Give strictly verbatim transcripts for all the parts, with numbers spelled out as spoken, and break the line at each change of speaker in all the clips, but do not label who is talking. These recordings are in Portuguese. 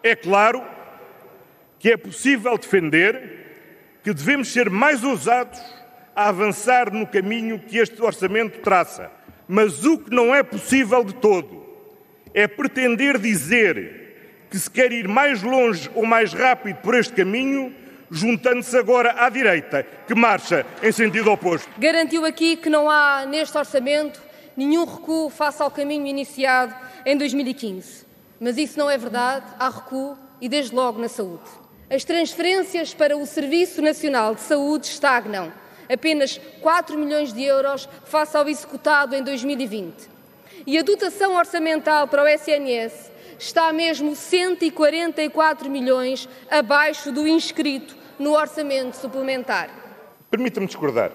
É claro que é possível defender que devemos ser mais ousados a avançar no caminho que este orçamento traça. Mas o que não é possível de todo é pretender dizer que se quer ir mais longe ou mais rápido por este caminho, juntando-se agora à direita, que marcha em sentido oposto.
Garantiu aqui que não há, neste orçamento, nenhum recuo face ao caminho iniciado em dois mil e quinze. Mas isso não é verdade, há recuo e desde logo na saúde. As transferências para o Serviço Nacional de Saúde estagnam. Apenas quatro milhões de euros face ao executado em dois mil e vinte. E a dotação orçamental para o S N S está mesmo cento e quarenta e quatro milhões abaixo do inscrito no orçamento suplementar.
Permita-me discordar.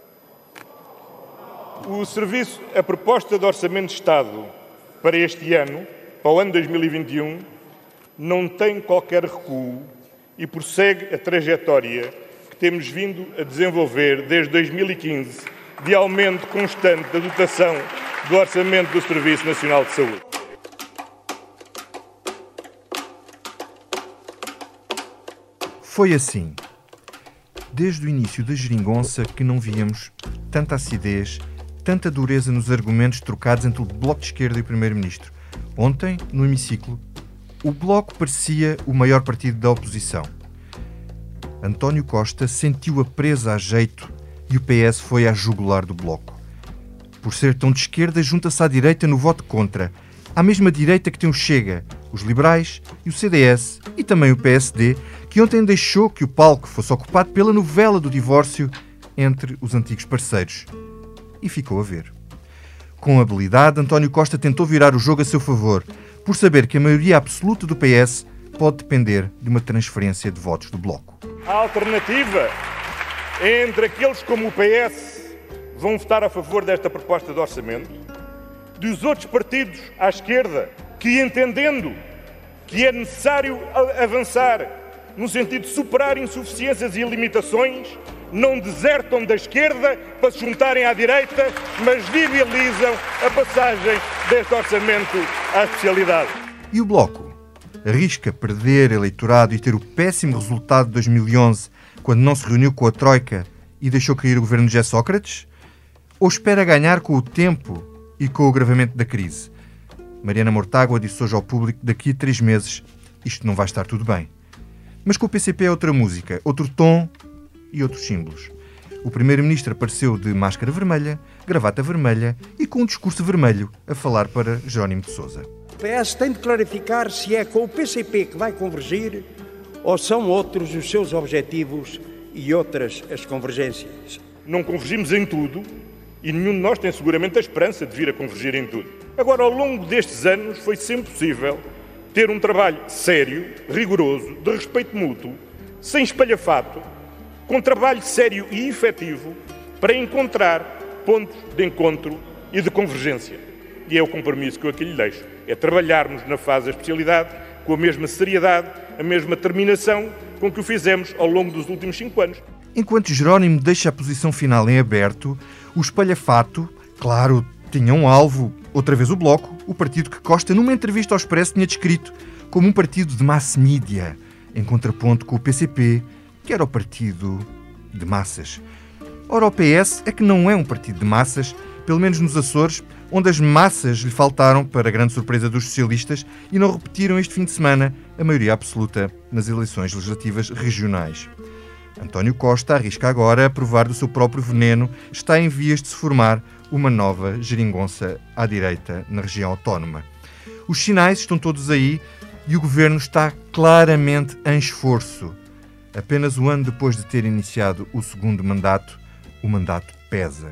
O serviço, a proposta de Orçamento de Estado para este ano, para o ano dois mil e vinte e um, não tem qualquer recuo e prossegue a trajetória que temos vindo a desenvolver desde dois mil e quinze, de aumento constante da dotação do Orçamento do Serviço Nacional de Saúde.
Foi assim, desde o início da geringonça, que não víamos tanta acidez, tanta dureza nos argumentos trocados entre o Bloco de Esquerda e o Primeiro-Ministro. Ontem, no hemiciclo, o Bloco parecia o maior partido da oposição. António Costa sentiu a presa a jeito e o P S foi à jugular do Bloco. Por ser tão de esquerda, junta-se à direita no voto contra. À mesma direita que tem o Chega, os liberais e o C D S e também o P S D, que ontem deixou que o palco fosse ocupado pela novela do divórcio entre os antigos parceiros. E ficou a ver. Com habilidade, António Costa tentou virar o jogo a seu favor, por saber que a maioria absoluta do P S pode depender de uma transferência de votos do Bloco.
A alternativa entre aqueles como o P S vão votar a favor desta proposta de orçamento, dos outros partidos à esquerda que, entendendo que é necessário avançar no sentido de superar insuficiências e limitações, não desertam da esquerda para se juntarem à direita, mas viabilizam a passagem deste orçamento à especialidade.
E o Bloco? Arrisca perder eleitorado e ter o péssimo resultado de dois mil e onze, quando não se reuniu com a Troika e deixou cair o governo de José Sócrates? Ou espera ganhar com o tempo e com o agravamento da crise? Mariana Mortágua disse hoje ao público que daqui a três meses isto não vai estar tudo bem. Mas com o P C P é outra música, outro tom e outros símbolos. O Primeiro-Ministro apareceu de máscara vermelha, gravata vermelha e com um discurso vermelho a falar para Jerónimo de Sousa.
O P S tem de clarificar se é com o P C P que vai convergir ou são outros os seus objetivos e outras as convergências.
Não convergimos em tudo e nenhum de nós tem seguramente a esperança de vir a convergir em tudo. Agora, ao longo destes anos, foi sempre possível ter um trabalho sério, rigoroso, de respeito mútuo, sem espalhafato, com trabalho sério e efetivo para encontrar pontos de encontro e de convergência. E é o compromisso que eu aqui lhe deixo. É trabalharmos na fase da especialidade com a mesma seriedade, a mesma determinação com que o fizemos ao longo dos últimos cinco anos.
Enquanto Jerónimo deixa a posição final em aberto, o espalhafato, claro, tinha um alvo, outra vez o Bloco, o partido que Costa, numa entrevista ao Expresso, tinha descrito como um partido de mass media, em contraponto com o P C P, que era o partido de massas. Ora, o P S é que não é um partido de massas, pelo menos nos Açores, onde as massas lhe faltaram, para a grande surpresa dos socialistas, e não repetiram este fim de semana a maioria absoluta nas eleições legislativas regionais. António Costa arrisca agora a provar do seu próprio veneno, está em vias de se formar uma nova geringonça à direita na região autónoma. Os sinais estão todos aí e o governo está claramente em esforço. Apenas um ano depois de ter iniciado o segundo mandato, o mandato pesa.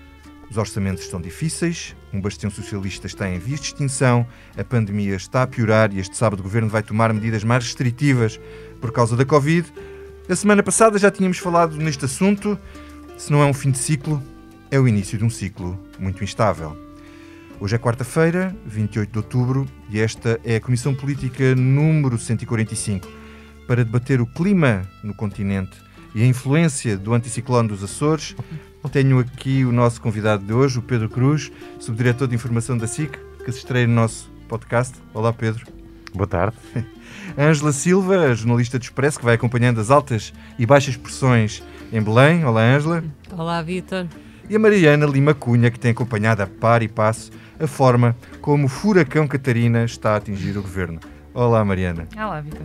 Os orçamentos estão difíceis, um bastião socialista está em vias de extinção, a pandemia está a piorar e este sábado o governo vai tomar medidas mais restritivas por causa da Covid. A semana passada já tínhamos falado neste assunto. Se não é um fim de ciclo, é o início de um ciclo muito instável. Hoje é quarta-feira, vinte e oito de outubro, e esta é a Comissão Política número cento e quarenta e cinco, para debater o clima no continente e a influência do anticiclone dos Açores. Tenho aqui o nosso convidado de hoje, o Pedro Cruz, subdiretor de informação da S I C, que se estreia no nosso podcast. Olá, Pedro.
Boa tarde.
A Ângela Silva, a jornalista do Expresso, que vai acompanhando as altas e baixas pressões em Belém. Olá, Ângela.
Olá, Vítor.
E a Mariana Lima Cunha, que tem acompanhado a par e passo a forma como o furacão Catarina está a atingir o governo. Olá, Mariana.
Olá, Vítor.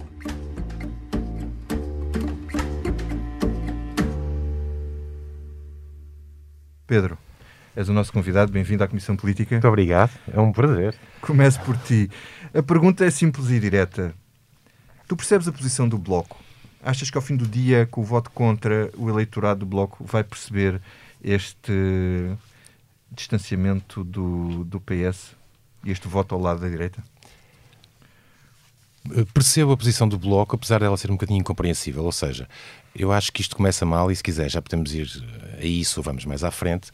Pedro, és o nosso convidado, bem-vindo à Comissão Política.
Muito obrigado, é um prazer.
Começo por ti. A pergunta é simples e direta. Tu percebes a posição do Bloco? Achas que ao fim do dia, com o voto contra, o eleitorado do Bloco vai perceber este distanciamento do, do P S e este voto ao lado da direita?
Percebo a posição do Bloco, apesar dela ser um bocadinho incompreensível, ou seja, eu acho que isto começa mal e se quiser já podemos ir a isso ou vamos mais à frente.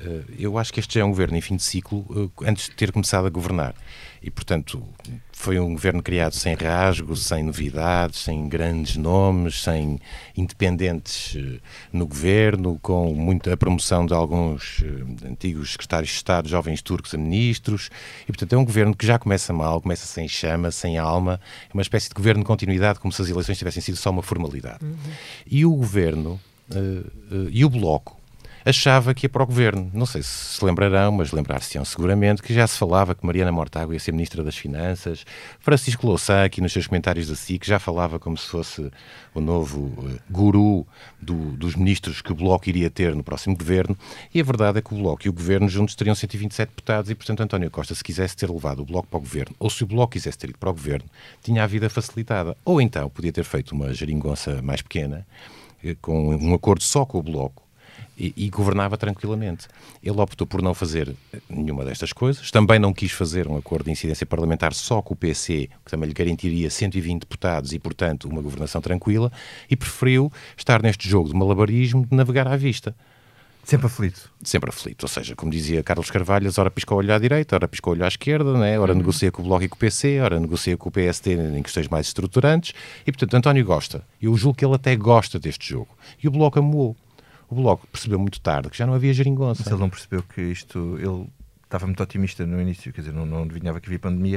Eu acho que este já é um governo em fim de ciclo antes de ter começado a governar e, portanto, foi um governo criado sem rasgos, sem novidades, sem grandes nomes, sem independentes no governo, com muita promoção de alguns antigos secretários de Estado, jovens turcos a ministros e, portanto, é um governo que já começa mal, começa sem chama, sem alma, é uma espécie de governo de continuidade, como se as eleições tivessem sido só uma formalidade. Uhum. E o governo uh, uh, e o Bloco achava que ia para o governo. Não sei se se lembrarão, mas lembrar-se-ão seguramente que já se falava que Mariana Mortágua ia ser Ministra das Finanças. Francisco Louçã, aqui nos seus comentários da S I C, já falava como se fosse o novo uh, guru do, dos ministros que o Bloco iria ter no próximo governo. E a verdade é que o Bloco e o governo juntos teriam cento e vinte e sete deputados e, portanto, António Costa, se quisesse ter levado o Bloco para o governo, ou se o Bloco quisesse ter ido para o governo, tinha a vida facilitada. Ou então podia ter feito uma geringonça mais pequena, com um acordo só com o Bloco, E, e governava tranquilamente. Ele optou por não fazer nenhuma destas coisas, também não quis fazer um acordo de incidência parlamentar só com o P C, que também lhe garantiria cento e vinte deputados e, portanto, uma governação tranquila, e preferiu estar neste jogo de malabarismo de navegar à vista.
Sempre aflito.
Sempre aflito, ou seja, como dizia Carlos Carvalhas, ora piscou o olho à direita, ora piscou o olho à esquerda, né? Ora uhum. negocia com o Bloco e com o P C, ora negocia com o P S D em questões mais estruturantes, e, portanto, António gosta. Eu julgo que ele até gosta deste jogo. E o Bloco amuou. O Bloco percebeu muito tarde que já não havia geringonça.
Mas ele não percebeu que isto... Ele estava muito otimista no início, quer dizer, não, não adivinhava que havia pandemia.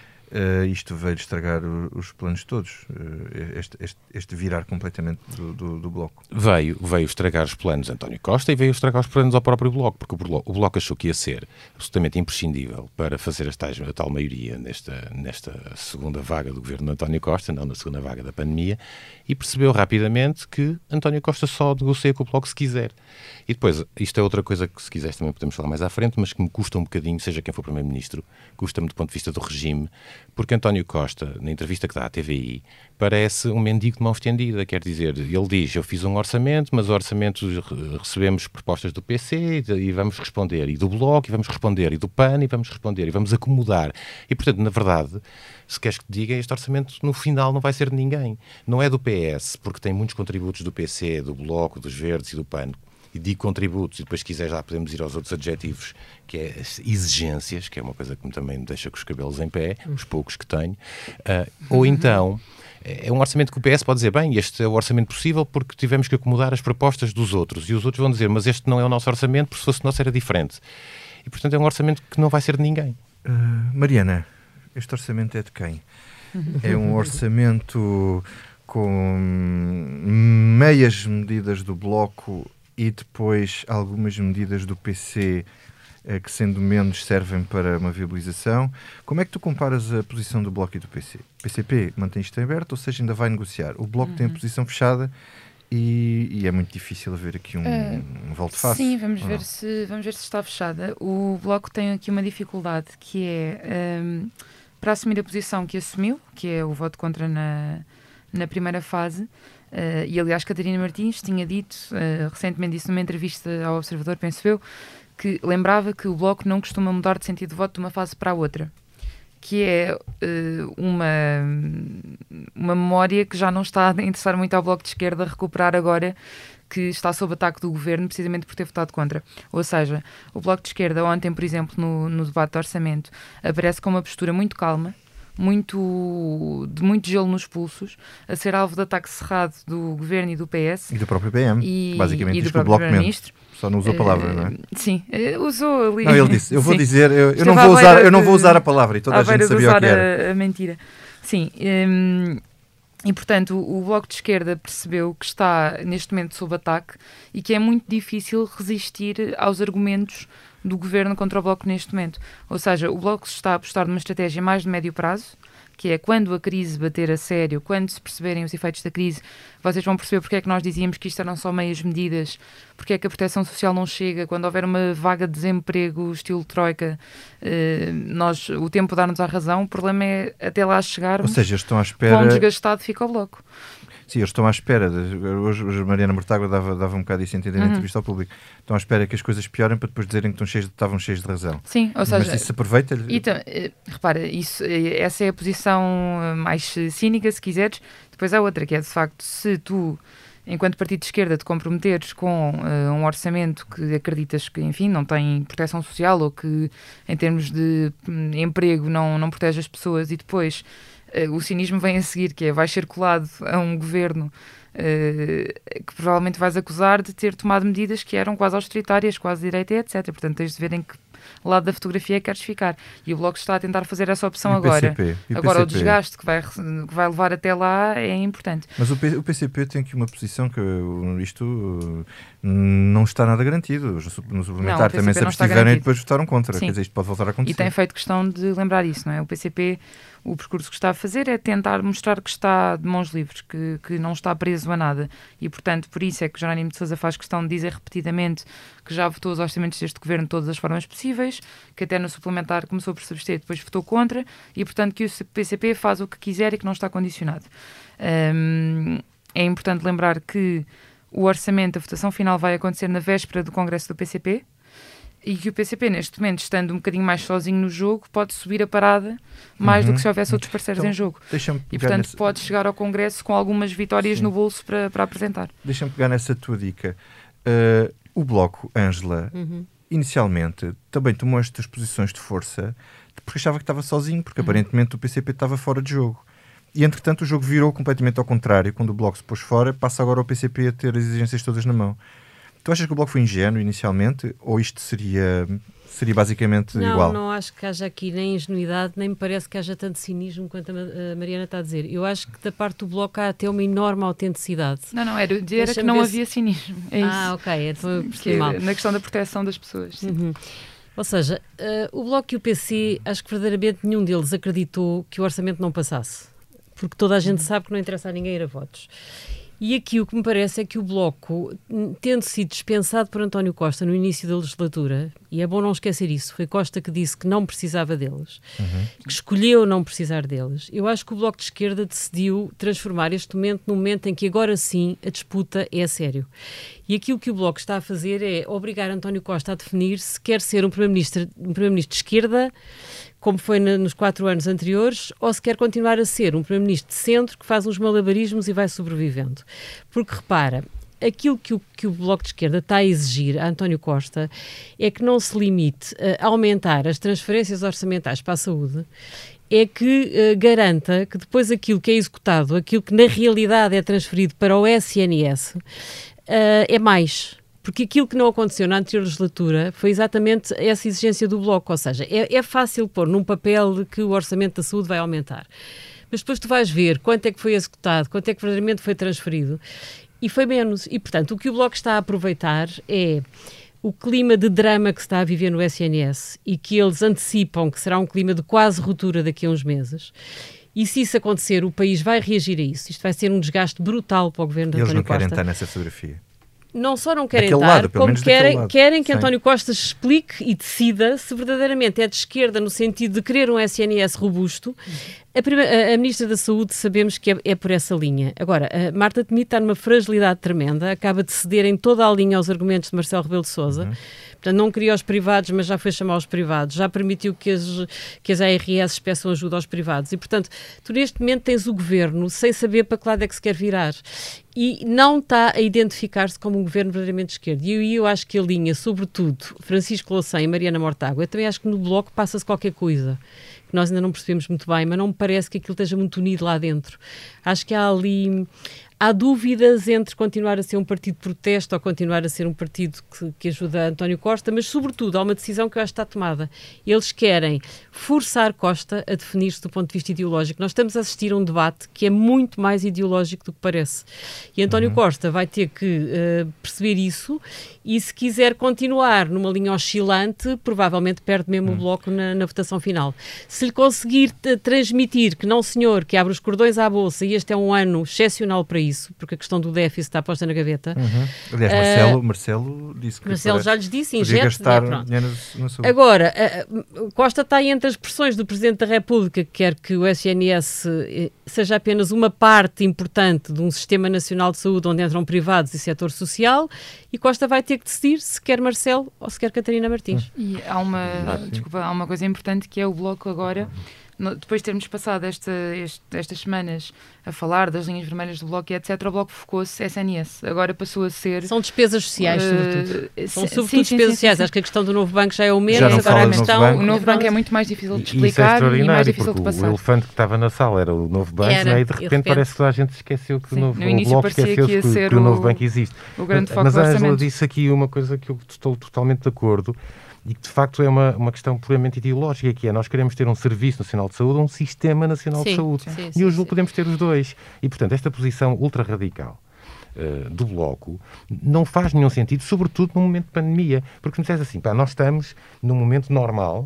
Uh, isto veio estragar o, os planos todos, uh, este, este, este virar completamente do, do, do Bloco.
Veio, veio estragar os planos de António Costa e veio estragar os planos ao próprio Bloco, porque o Bloco, o Bloco achou que ia ser absolutamente imprescindível para fazer as tais, a tal maioria nesta, nesta segunda vaga do governo de António Costa, não na segunda vaga da pandemia, e percebeu rapidamente que António Costa só negocia com o Bloco se quiser. E depois, isto é outra coisa que se quiseres também podemos falar mais à frente, mas que me custa um bocadinho, seja quem for Primeiro-Ministro, custa-me do ponto de vista do regime, porque António Costa, na entrevista que dá à T V I, parece um mendigo de mão estendida, quer dizer, ele diz, eu fiz um orçamento, mas o orçamento recebemos propostas do P C e vamos responder, e do Bloco, e vamos responder, e do P A N, e vamos responder, e vamos acomodar. E, portanto, na verdade, se queres que te diga, este orçamento no final não vai ser de ninguém. Não é do P S, porque tem muitos contributos do P C, do Bloco, dos Verdes e do P A N, e digo contributos, e depois se quiser já podemos ir aos outros adjetivos, que é as exigências, que é uma coisa que também me deixa com os cabelos em pé, os poucos que tenho, uh, ou então é um orçamento que o P S pode dizer, bem, este é o orçamento possível porque tivemos que acomodar as propostas dos outros, e os outros vão dizer, mas este não é o nosso orçamento, porque se fosse o nosso era diferente. E portanto é um orçamento que não vai ser de ninguém.
Uh, Mariana, este orçamento é de quem? É um orçamento com meias medidas do Bloco e depois algumas medidas do P C eh, que, sendo menos, servem para uma viabilização. Como é que tu comparas a posição do Bloco e do P C? O P C P mantém isto em aberto, ou seja, ainda vai negociar. O Bloco uhum. tem a posição fechada e, e é muito difícil haver aqui um, uh, um volte-face.
Sim, vamos ver, se, vamos ver se está fechada. O Bloco tem aqui uma dificuldade, que é um, para assumir a posição que assumiu, que é o voto contra na, na primeira fase. Uh, e aliás, Catarina Martins tinha dito, uh, recentemente disse numa entrevista ao Observador, penso eu, que lembrava que o Bloco não costuma mudar de sentido de voto de uma fase para a outra, que é uh, uma, uma memória que já não está a interessar muito ao Bloco de Esquerda recuperar agora que está sob ataque do Governo, precisamente por ter votado contra. Ou seja, o Bloco de Esquerda ontem, por exemplo, no, no debate do orçamento, aparece com uma postura muito calma, muito, de muito gelo nos pulsos, a ser alvo de ataque cerrado do Governo e do P S.
E do próprio P M.
E,
basicamente
e do
diz que o Bloco mente. Só não usou a palavra, uh, não é?
Sim, uh, usou ali.
Não, ele disse, eu vou Sim. dizer, eu, eu, não vou usar, eu não vou usar a palavra, e toda a gente sabia o que era.
A, a mentira. Sim, hum, e portanto o, o Bloco de Esquerda percebeu que está neste momento sob ataque e que é muito difícil resistir aos argumentos do Governo contra o Bloco neste momento. Ou seja, o Bloco está a apostar numa estratégia mais de médio prazo, que é quando a crise bater a sério, quando se perceberem os efeitos da crise, vocês vão perceber porque é que nós dizíamos que isto eram só meias medidas, porque é que a proteção social não chega, quando houver uma vaga de desemprego estilo troika, eh, nós, o tempo dá-nos a razão, o problema é até lá chegarmos.
Ou seja, estão à espera...
Quão desgastado fica o Bloco.
Sim, eles estão à espera. De, hoje, hoje a Mariana Mortágua dava, dava um bocado isso a entender na
uhum.
entrevista ao público. Estão à espera que as coisas piorem para depois dizerem que estão cheios, estavam cheios de razão.
Sim, ou seja...
Mas isso aproveita-lhe...
Então, repara, isso, essa é a posição mais cínica, se quiseres. Depois há outra, que é de facto, se tu, enquanto partido de esquerda, te comprometeres com uh, um orçamento que acreditas que, enfim, não tem proteção social ou que, em termos de um, emprego, não, não protege as pessoas e depois... o cinismo vem a seguir, que é, vais ser colado a um governo uh, que provavelmente vais acusar de ter tomado medidas que eram quase austeritárias, quase direita, etcétera. Portanto, tens de ver em que lado da fotografia queres ficar. E o Bloco está a tentar fazer essa opção agora.
P C P?
Agora, o desgaste que vai, que vai levar até lá é importante.
Mas o, P, o P C P tem aqui uma posição que isto uh, não está nada garantido. No suplementar não, também se abstiveram e depois votaram contra. Sim. Quer dizer, isto pode voltar a acontecer.
E tem feito questão de lembrar isso, não é? O P C P, o percurso que está a fazer é tentar mostrar que está de mãos livres, que, que não está preso a nada. E, portanto, por isso é que Jerónimo de Sousa faz questão de dizer repetidamente que já votou os orçamentos deste governo de todas as formas possíveis, que até no suplementar começou por se abster, depois votou contra, e, portanto, que o P C P faz o que quiser e que não está condicionado. Hum, é importante lembrar que o orçamento, a votação final, vai acontecer na véspera do Congresso do P C P, e que o P C P, neste momento, estando um bocadinho mais sozinho no jogo, pode subir a parada mais uhum. do que se houvesse outros parceiros
então,
em jogo. E, portanto, nessa... pode chegar ao Congresso com algumas vitórias Sim. no bolso para, para apresentar.
Deixa-me pegar nessa tua dica. Uh, o Bloco, Ângela, uhum. inicialmente, também tomou estas posições de força porque achava que estava sozinho, porque uhum. aparentemente o P C P estava fora de jogo. E, entretanto, o jogo virou completamente ao contrário. Quando o Bloco se pôs fora, passa agora o P C P a ter as exigências todas na mão. Tu achas que o Bloco foi ingênuo inicialmente ou isto seria, seria basicamente
não,
igual?
Não, não acho que haja aqui nem ingenuidade, nem me parece que haja tanto cinismo quanto a Mariana está a dizer. Eu acho que da parte do Bloco há até uma enorme autenticidade.
Não, não, era dizer era que não havia cinismo. É isso.
Ah, ok, então eu percebi mal.
Na questão da proteção das pessoas.
Uhum. Ou seja, uh, o Bloco e o P C, acho que verdadeiramente nenhum deles acreditou que o orçamento não passasse. Porque toda a gente uhum. sabe que não interessa a ninguém ir a votos. E aqui o que me parece é que o Bloco, tendo sido dispensado por António Costa no início da legislatura, e é bom não esquecer isso, foi Costa que disse que não precisava deles, uhum. que escolheu não precisar deles, eu acho que o Bloco de Esquerda decidiu transformar este momento num momento em que agora sim a disputa é a sério. E aquilo que o Bloco está a fazer é obrigar António Costa a definir se quer ser um primeiro-ministro, um primeiro-ministro de esquerda, como foi na, nos quatro anos anteriores, ou se quer continuar a ser um primeiro-ministro de centro que faz uns malabarismos e vai sobrevivendo. Porque, repara, aquilo que o, que o Bloco de Esquerda está a exigir a António Costa é que não se limite a aumentar as transferências orçamentais para a saúde, é que uh, garanta que depois aquilo que é executado, aquilo que na realidade é transferido para o S N S, uh, é mais. Porque aquilo que não aconteceu na anterior legislatura foi exatamente essa exigência do Bloco, ou seja, é, é fácil pôr num papel que o orçamento da saúde vai aumentar. Mas depois tu vais ver quanto é que foi executado, quanto é que verdadeiramente foi transferido, e foi menos. E, portanto, o que o Bloco está a aproveitar é o clima de drama que se está a viver no S N S e que eles antecipam que será um clima de quase ruptura daqui a uns meses. E se isso acontecer, o país vai reagir a isso. Isto vai ser um desgaste brutal para o governo de António Costa.
Eles não querem estar nessa fotografia.
Não só não querem
daquele
estar,
lado,
como querem, querem que
Sim.
António Costa explique e decida se verdadeiramente é de esquerda no sentido de querer um S N S robusto. A, primeira, a, a Ministra da Saúde sabemos que é, é por essa linha. Agora, a Marta Temido está numa fragilidade tremenda, acaba de ceder em toda a linha aos argumentos de Marcelo Rebelo de Sousa. Uhum. Portanto, não queria os privados, mas já foi chamar os privados, já permitiu que as, que as A R S peçam ajuda aos privados. E, portanto, tu neste momento tens o governo sem saber para que lado é que se quer virar. E não está a identificar-se como um governo verdadeiramente de esquerda. E eu, eu acho que a linha, sobretudo, Francisco Louçã e Mariana Mortágua, eu também acho que no Bloco passa-se qualquer coisa, que nós ainda não percebemos muito bem, mas não me parece que aquilo esteja muito unido lá dentro. Acho que há ali... Há dúvidas entre continuar a ser um partido de protesto ou continuar a ser um partido que, que ajuda António Costa, mas, sobretudo, há uma decisão que eu acho que está tomada. Eles querem forçar Costa a definir-se do ponto de vista ideológico. Nós estamos a assistir a um debate que é muito mais ideológico do que parece. E António uhum. Costa vai ter que uh, perceber isso e, se quiser continuar numa linha oscilante, provavelmente perde mesmo uhum. o Bloco na, na votação final. Se lhe conseguir t- transmitir que não, senhor, que abre os cordões à bolsa e este é um ano excepcional para isso, porque a questão do déficit está posta na gaveta.
Uhum. Aliás, Marcelo, uh, Marcelo disse que
Marcelo já lhes disse, injete.
Gastar
né,
dinheiro na saúde.
Agora, uh, Costa está aí entre as pressões do Presidente da República, que quer que o S N S uh, seja apenas uma parte importante de um sistema nacional de saúde onde entram privados e setor social, e Costa vai ter que decidir se quer Marcelo ou se quer Catarina Martins.
E há uma, ah, desculpa, há uma coisa importante que é o Bloco agora, no, depois de termos passado esta, este, estas semanas a falar das linhas vermelhas do Bloco e etcétera, o Bloco focou-se S N S. Agora passou a ser...
São despesas sociais, uh, sobretudo. São sobretudo
sim, sim,
despesas
sim,
sociais.
sim, sim.
Acho que a questão do novo banco já é o menos.
Já não
agora
fala
a
do
questão...
novo banco.
O novo banco é muito mais difícil de
Isso é
explicar e mais difícil de
porque
passar.
O elefante que estava na sala era o novo banco,
Era,
né? E de repente, repente parece que toda a gente esqueceu que,
sim,
o, novo,
no início
o Bloco
parecia
esqueceu
que, ia
que,
ser
que o novo
o,
banco existe.
O grande foco
Mas
do
a Ângela
orçamento.
disse aqui uma coisa que eu estou totalmente de acordo e que de facto é uma, uma questão puramente ideológica, que é nós queremos ter um Serviço Nacional de Saúde ou um Sistema Nacional
sim,
de Saúde.
sim,
e
sim,
hoje
sim.
podemos ter os dois. E portanto esta posição ultra-radical uh, do Bloco não faz nenhum sentido, sobretudo num momento de pandemia. Porque me dizes assim, pá, nós estamos num momento normal,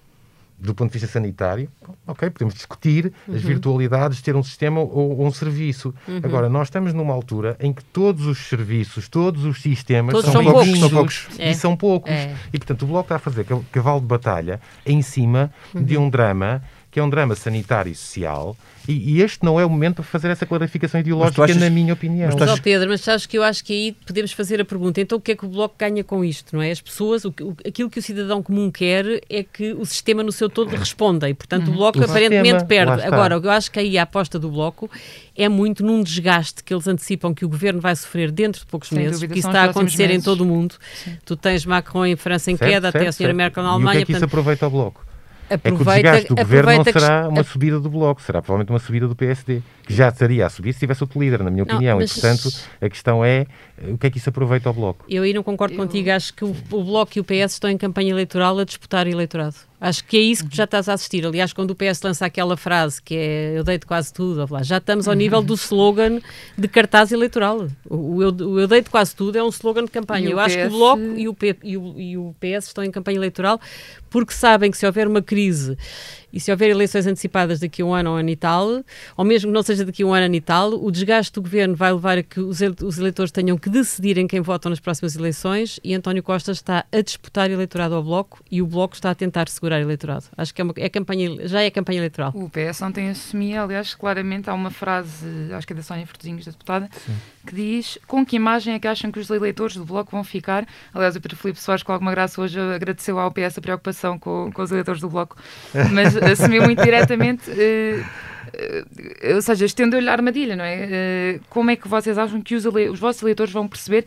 do ponto de vista sanitário, ok, podemos discutir uhum. as virtualidades de ter um sistema ou, ou um serviço. Uhum. Agora, nós estamos numa altura em que todos os serviços, todos os sistemas
todos
são,
são poucos,
são poucos
é.
e são poucos.
É.
E, portanto, o Bloco está a fazer cavalo de batalha em cima uhum. de um drama que é um drama sanitário e social, e, e este não é o momento para fazer essa clarificação ideológica,
achas,
na minha opinião.
Mas, achas... oh Pedro, mas sabes que eu acho que aí podemos fazer a pergunta, então o que é que o Bloco ganha com isto, não é? As pessoas, o, o, aquilo que o cidadão comum quer é que o sistema no seu todo responda, e portanto uhum. o Bloco o aparentemente sistema, perde. Agora, eu acho que aí a aposta do Bloco é muito num desgaste que eles antecipam que o governo vai sofrer dentro de poucos Sem meses, dúvida, porque isso está a acontecer meses. Em todo o mundo. Sim. Tu tens Macron em França em certo, queda, certo, até a senhora Merkel na Alemanha.
E o que é que
portanto,
isso aproveita ao Bloco?
Aproveita,
é que o desgaste do governo não será
que...
uma subida do Bloco, será provavelmente uma subida do P S D, que já estaria a subir se tivesse outro líder, na minha não, opinião. Mas... E, portanto, a questão é o que é que isso aproveita ao Bloco.
Eu aí não concordo eu... contigo. Acho que o, o Bloco e o P S estão em campanha eleitoral a disputar eleitorado. Acho que é isso que já estás a assistir. Aliás, quando o P S lança aquela frase que é eu deito quase tudo, já estamos ao nível do slogan de cartaz eleitoral. O eu, o eu deito quase tudo é um slogan de campanha. Eu acho P S... que o Bloco e o, P, e, o, e o P S estão em campanha eleitoral porque sabem que se houver uma crise e se houver eleições antecipadas daqui a um ano ou um ano e tal, ou mesmo que não seja daqui a um ano, ano e tal, o desgaste do governo vai levar a que os, os eleitores tenham que decidir em quem votam nas próximas eleições, e António Costa está a disputar eleitorado ao Bloco e o Bloco está a tentar segurar eleitorado. Acho que é uma, é campanha, já é campanha eleitoral.
O P S ontem assumia, aliás, claramente há uma frase, acho que é da Sónia Fortezinhos, da deputada, sim, que diz com que imagem é que acham que os eleitores do Bloco vão ficar. Aliás, o Pedro Filipe Soares, com alguma graça, hoje agradeceu ao P S a preocupação com, com os eleitores do Bloco, mas assumiu muito diretamente, uh, uh, ou seja, estendeu-lhe a armadilha, não é? Uh, como é que vocês acham que os, ele- os vossos eleitores vão perceber?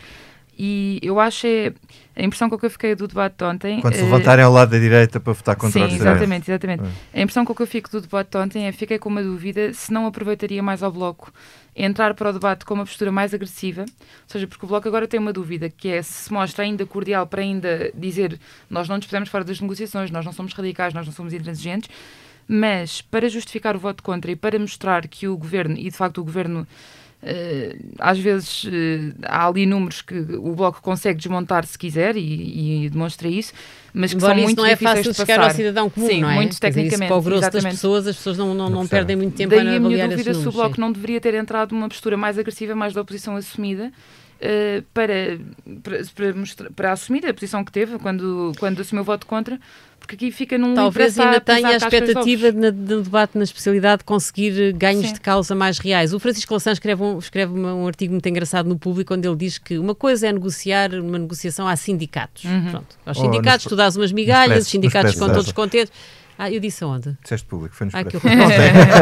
E eu acho é a impressão com que eu fiquei do debate de ontem...
Quando se
uh,
levantarem ao lado da direita para votar contra
sim,
o orçamento.
exatamente, exatamente. É. A impressão com que eu fico do debate de ontem é fiquei com uma dúvida se não aproveitaria mais ao Bloco entrar para o debate com uma postura mais agressiva, ou seja, porque o Bloco agora tem uma dúvida, que é se se mostra ainda cordial para ainda dizer nós não nos pusemos fora das negociações, nós não somos radicais, nós não somos intransigentes, mas para justificar o voto contra e para mostrar que o Governo, e de facto o Governo Uh, às vezes uh, há ali números que o Bloco consegue desmontar se quiser e, e demonstra isso, mas que
Embora
são
isso
muito
não é
difíceis
fácil
de
de chegar
passar.
ao cidadão comum,
Sim,
não é?
muito tecnicamente.
Isso, para o grosso
exatamente.
das pessoas, as pessoas não, não,
não,
não perdem muito tempo
Daí
a
a minha
avaliar
dúvida
esses
se o
números,
Bloco
sim.
não deveria ter entrado numa postura mais agressiva, mais da oposição assumida, Uh, para, para, para, mostrar, para assumir a posição que teve quando, quando assumiu o voto contra, porque aqui fica num...
Talvez ainda tenha a expectativa de, no debate na especialidade conseguir ganhos, sim, de causa mais reais. O Francisco Louçã escreve, um, escreve um artigo muito engraçado no Público, onde ele diz que uma coisa é negociar, uma negociação há sindicatos. Uhum. Pronto. Aos sindicatos oh, tu dás umas migalhas, os sindicatos ficam todos contentes. Ah, eu disse aonde?
Disseste Público, foi nos
ah, que horror.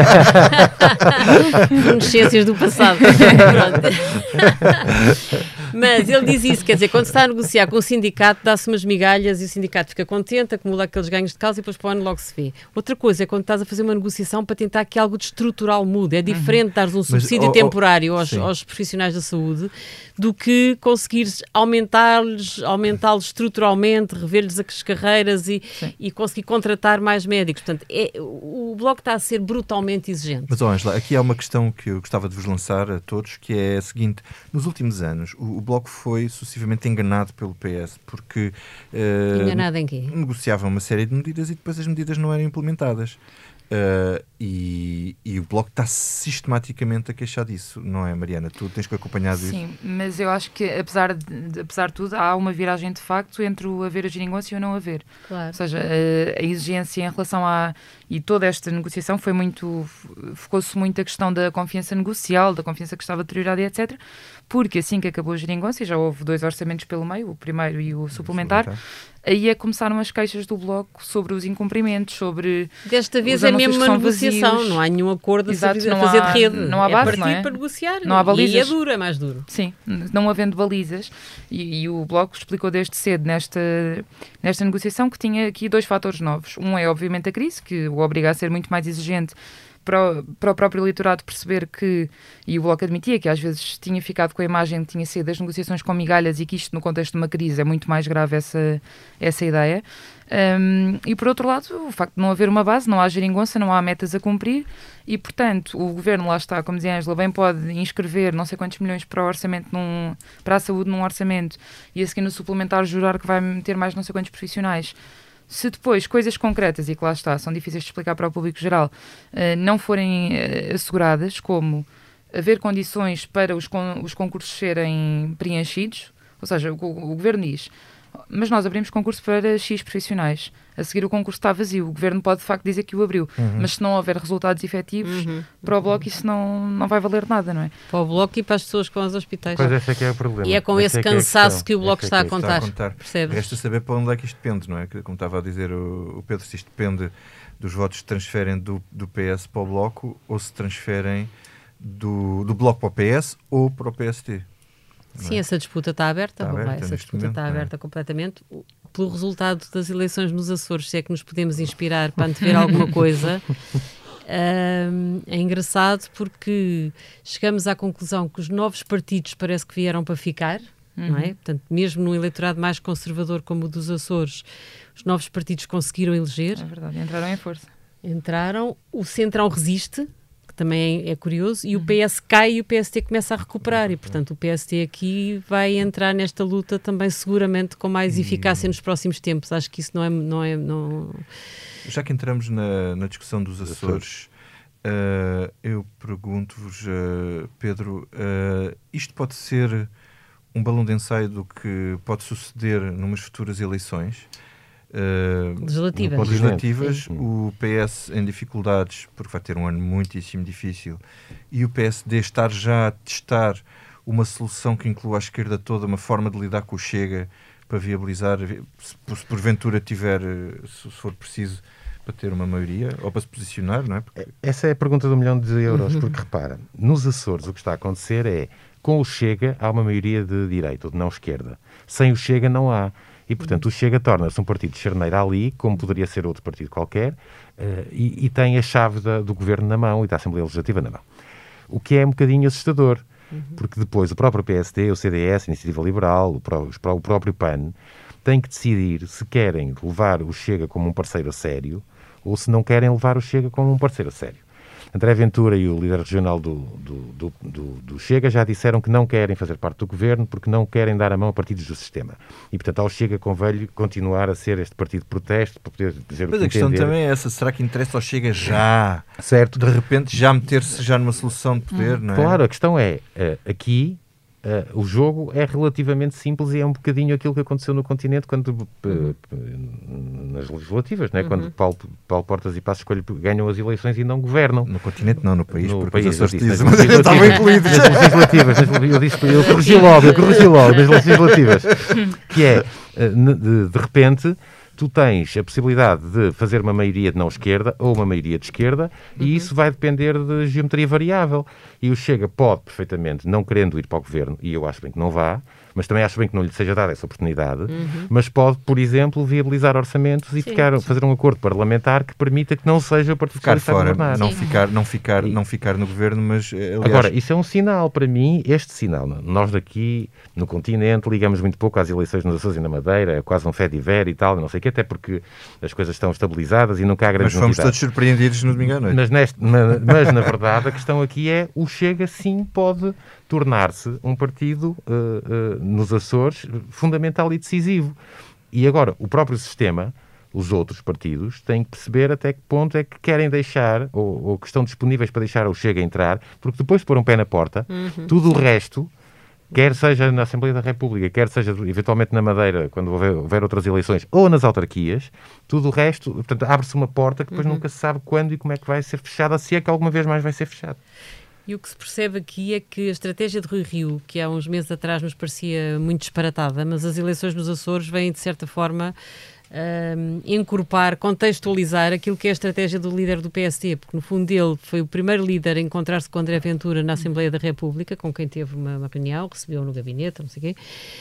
Reminiscências do passado. Mas ele diz isso, quer dizer, quando se está a negociar com o sindicato, dá-se umas migalhas e o sindicato fica contente, acumula aqueles ganhos de causa e depois para o ano logo se vê. Outra coisa é quando estás a fazer uma negociação para tentar que algo de estrutural mude. É diferente dares um subsídio
oh, oh,
temporário aos,
sim.
aos profissionais da saúde do que conseguires aumentar-lhes, aumentá-los estruturalmente, rever-lhes as carreiras e, e conseguir contratar mais médicos. Portanto, é, o Bloco está a ser brutalmente exigente.
Mas, oh, Ângela, aqui há uma questão que eu gostava de vos lançar a todos, que é a seguinte. Nos últimos anos, o, o Bloco foi sucessivamente enganado pelo P S, porque uh,
enganado em quê?
negociava uma série de medidas e depois as medidas não eram implementadas. Uh, e, e o Bloco está sistematicamente a queixar disso, não é, Mariana? Tu tens que acompanhar isso.
Sim, mas eu acho que, apesar de, apesar de tudo, há uma viragem de facto entre o haver a geringonça e o não haver.
Claro.
Ou seja, a, a exigência em relação a... E toda esta negociação foi muito... Focou-se muito a questão da confiança negocial, da confiança que estava deteriorada e etcétera. Porque assim que acabou a geringonça, e já houve dois orçamentos pelo meio, o primeiro e o suplementar, suplementar. Aí é que começaram as queixas do Bloco sobre os incumprimentos, sobre...
Desta vez é mesmo uma negociação, vazios. Não há nenhum acordo
Exato,
a fazer, a fazer
há,
de rede.
Não há
é
base,
partir
não é?
para negociar.
Não há balizas.
E é duro, é mais duro.
Sim, não havendo balizas. E, e o Bloco explicou desde cedo nesta, nesta negociação que tinha aqui dois fatores novos. Um é, obviamente, a crise, que o obriga a ser muito mais exigente para o, para o próprio eleitorado perceber que, e o Bloco admitia que às vezes tinha ficado com a imagem que tinha sido das negociações com migalhas e que isto no contexto de uma crise é muito mais grave essa, essa ideia. Um, e por outro lado, o facto de não haver uma base, não há geringonça, não há metas a cumprir e, portanto, o Governo, lá está, como dizia a Ângela, bem pode inscrever não sei quantos milhões para o orçamento, num, para a saúde num orçamento e a seguir no suplementar jurar que vai meter mais não sei quantos profissionais. Se depois coisas concretas, e que lá está, são difíceis de explicar para o público geral, uh, não forem uh, asseguradas, como haver condições para os, con- os concursos serem preenchidos, ou seja, o, o Governo diz, mas nós abrimos concurso para X profissionais, a seguir o concurso está vazio, o Governo pode de facto dizer que o abriu, uhum. mas se não houver resultados efetivos, uhum. para o Bloco isso não, não vai valer nada, não é?
Para o Bloco e para as pessoas que vão aos hospitais.
Pois esse é que é o problema.
E é com esse, esse cansaço que, é que o Bloco está, é que a contar, está a contar. Percebes?
Resta saber para onde é que isto depende, não é? Como estava a dizer o, o Pedro, se isto depende dos votos que transferem do, do P S para o Bloco ou se transferem do, do Bloco para o P S ou para o P S T.
Sim, é? Essa disputa está aberta,
está aberta
vai, essa disputa
momento,
está aberta é? completamente. Pelo resultado das eleições nos Açores, se é que nos podemos inspirar para antever alguma coisa, um, é engraçado porque chegamos à conclusão que os novos partidos parece que vieram para ficar, uhum. não é? Portanto, mesmo num eleitorado mais conservador como o dos Açores, os novos partidos conseguiram eleger.
É verdade, entraram em força.
Entraram, o Centrão resiste, também é, é curioso, e o P S cai e o P S T começa a recuperar e, portanto, o P S T aqui vai entrar nesta luta também seguramente com mais eficácia nos próximos tempos. Acho que isso não é... Não é não...
Já que entramos na, na discussão dos Açores, uh, eu pergunto-vos, uh, Pedro, uh, isto pode ser um balão de ensaio do que pode suceder numas futuras eleições? Uh,
legislativas,
legislativas o P S em dificuldades porque vai ter um ano muitíssimo difícil e o P S D estar já a testar uma solução que inclua a esquerda toda, uma forma de lidar com o Chega para viabilizar, se, se porventura tiver, se for preciso, para ter uma maioria ou para se posicionar, não é? Porque...
Essa é a pergunta do milhão de euros, porque repara, nos Açores o que está a acontecer é, com o Chega há uma maioria de direita ou de não esquerda, sem o Chega não há. E, portanto, o Chega torna-se um partido de charneira ali, como poderia ser outro partido qualquer, uh, e, e tem a chave da, do governo na mão e da Assembleia Legislativa na mão. O que é um bocadinho assustador, uhum. porque depois o próprio P S D, o C D S, a Iniciativa Liberal, o, pró o próprio P A N, têm que decidir se querem levar o Chega como um parceiro a sério ou se não querem levar o Chega como um parceiro a sério. André Ventura e o líder regional do, do, do, do, do Chega já disseram que não querem fazer parte do governo porque não querem dar a mão a partidos do sistema. E, portanto, ao Chega convém continuar a ser este partido de protesto para poder dizer
Mas
o que
a questão
entender.
também é essa. Será que interessa ao Chega já?
Certo.
De repente já meter-se já numa solução de poder, hum. não é?
Claro, a questão é, uh, aqui... Uh, o jogo é relativamente simples e é um bocadinho aquilo que aconteceu no continente quando, uh, uh, nas legislativas, né? Uhum. Quando Paulo, Paulo Portas e Passos Coelho ganham as eleições e não governam.
No continente não, no país,
no
porque
país,
os Açores
disse,
dizem, mas estavam incluídos.
Nas legislativas, nas, eu, disse, eu corrigi logo, eu corrigi logo, nas legislativas, que é, uh, de, de repente... tu tens a possibilidade de fazer uma maioria de não esquerda ou uma maioria de esquerda uhum. e isso vai depender de geometria variável. E o Chega pode, perfeitamente, não querendo ir para o governo, e eu acho bem que não vá, mas também acho bem que não lhe seja dada essa oportunidade, uhum. mas pode, por exemplo, viabilizar orçamentos e ficar, fazer um acordo parlamentar que permita que não seja o Partido
ficar
Socialista
fora,
a governar.
não ficar, não, ficar, não ficar no governo, mas... Aliás...
Agora, isso é um sinal para mim, este sinal. Nós daqui, no continente, ligamos muito pouco às eleições nos Açores e na Madeira, é quase um fé de ver e tal, não sei o quê, até porque as coisas estão estabilizadas e nunca há grandes
Mas fomos
novidades.
todos surpreendidos no domingo à noite.
Mas, neste, na, mas, na verdade, a questão aqui é o Chega, sim, pode tornar-se um partido uh, uh, nos Açores fundamental e decisivo. E agora, o próprio sistema, os outros partidos, têm que perceber até que ponto é que querem deixar, ou, ou que estão disponíveis para deixar o Chega entrar, porque depois de pôr um pé na porta, uhum. tudo o resto, quer seja na Assembleia da República, quer seja eventualmente na Madeira, quando houver, houver outras eleições, ou nas autarquias, tudo o resto, portanto, abre-se uma porta que depois uhum. nunca se sabe quando e como é que vai ser fechada, se é que alguma vez mais vai ser fechada.
E o que se percebe aqui é que a estratégia de Rui Rio, que há uns meses atrás nos parecia muito disparatada, mas as eleições nos Açores vêm, de certa forma, um, encorpar, contextualizar aquilo que é a estratégia do líder do P S D, porque no fundo ele foi o primeiro líder a encontrar-se com André Ventura na Assembleia da República, com quem teve uma, uma reunião, recebeu no gabinete, não sei o quê.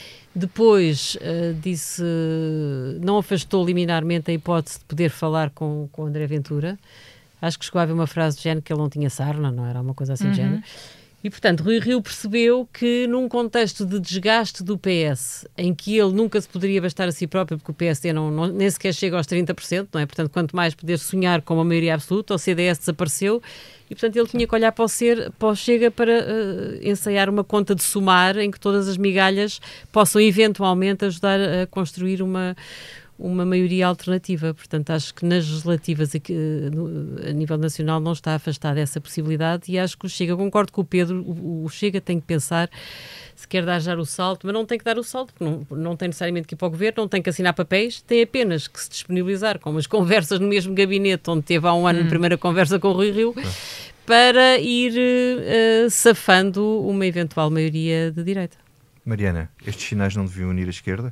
Depois uh, disse, não afastou liminarmente a hipótese de poder falar com, com André Ventura. Acho que chegou a haver uma frase de género que ele não tinha sarna, não era uma coisa assim
uhum.
de género. E, portanto, Rui Rio percebeu que num contexto de desgaste do P S, em que ele nunca se poderia bastar a si próprio, porque o P S D não, não, nem sequer chega aos trinta por cento, não é? Portanto, quanto mais poder sonhar com uma maioria absoluta, o C D S desapareceu e, portanto, ele tinha que olhar para o, ser, para o Chega para uh, ensaiar uma conta de somar em que todas as migalhas possam eventualmente ajudar a construir uma... uma maioria alternativa. Portanto, acho que nas legislativas aqui, a nível nacional não está afastada essa possibilidade e acho que o Chega, concordo com o Pedro, o, o Chega tem que pensar se quer dar já o salto, mas não tem que dar o salto, porque não, não tem necessariamente que ir para o governo, não tem que assinar papéis, tem apenas que se disponibilizar com umas conversas no mesmo gabinete onde teve há um ano hum. a primeira conversa com o Rui Rio, para ir uh, safando uma eventual maioria de direita.
Mariana, estes sinais não deviam unir a esquerda?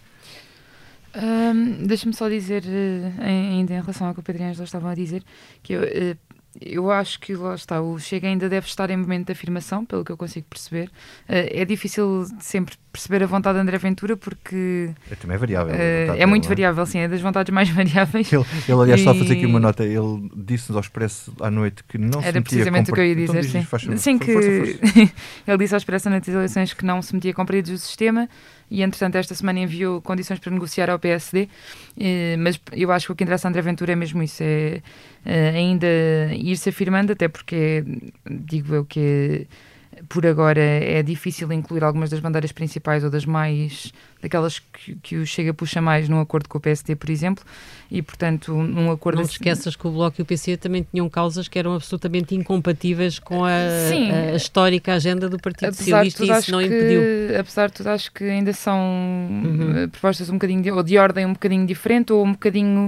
Um, Deixa-me só dizer, uh, ainda em relação ao que o Pedro e a Ângela estavam a dizer, que eu, uh, eu acho que lá está, o Chega ainda deve estar em momento de afirmação, pelo que eu consigo perceber. Uh, é difícil sempre perceber a vontade de André Ventura, porque...
É também variável.
Uh, é
dele,
muito
não é?
variável, sim, é das vontades mais variáveis.
Ele, ele aliás,
e...
só a fazer aqui uma nota, ele disse-nos ao Expresso à noite que não se
Era
metia...
precisamente
com...
o que eu ia dizer,
então,
sim.
Faz,
sim, que
força, força.
Ele disse ao Expresso nas eleições que não se metia com partidos do sistema e, entretanto, esta semana enviou condições para negociar ao P S D, eh, mas eu acho que o que interessa a André Ventura é mesmo isso, é eh, ainda ir-se afirmando, até porque, digo eu que por agora é difícil incluir algumas das bandeiras principais ou das mais, daquelas que, que o Chega puxa mais num acordo com o P S D, por exemplo, e portanto num acordo...
Não te esqueças que o Bloco e o P C também tinham causas que eram absolutamente incompatíveis com a, a, a histórica agenda do Partido Socialista e isso não
que,
impediu.
Apesar de tudo, acho que ainda são
uhum.
propostas um bocadinho, de, ou de ordem um bocadinho diferente, ou um bocadinho...